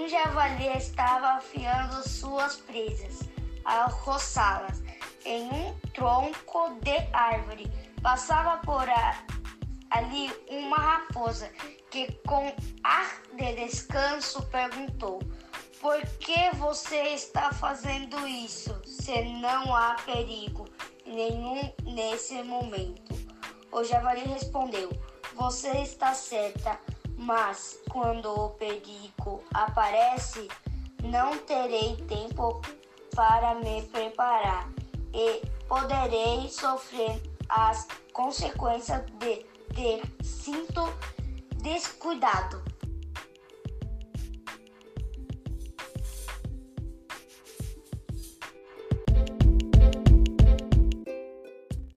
Um javali estava afiando suas presas ao roçá-las em um tronco de árvore. Passava por ali uma raposa que, com ar de descanso, perguntou: "Por que você está fazendo isso, se não há perigo nenhum nesse momento?" O javali respondeu: "Você está certa, mas quando o perigo aparece, não terei tempo para me preparar e poderei sofrer as consequências de ter sido descuidado."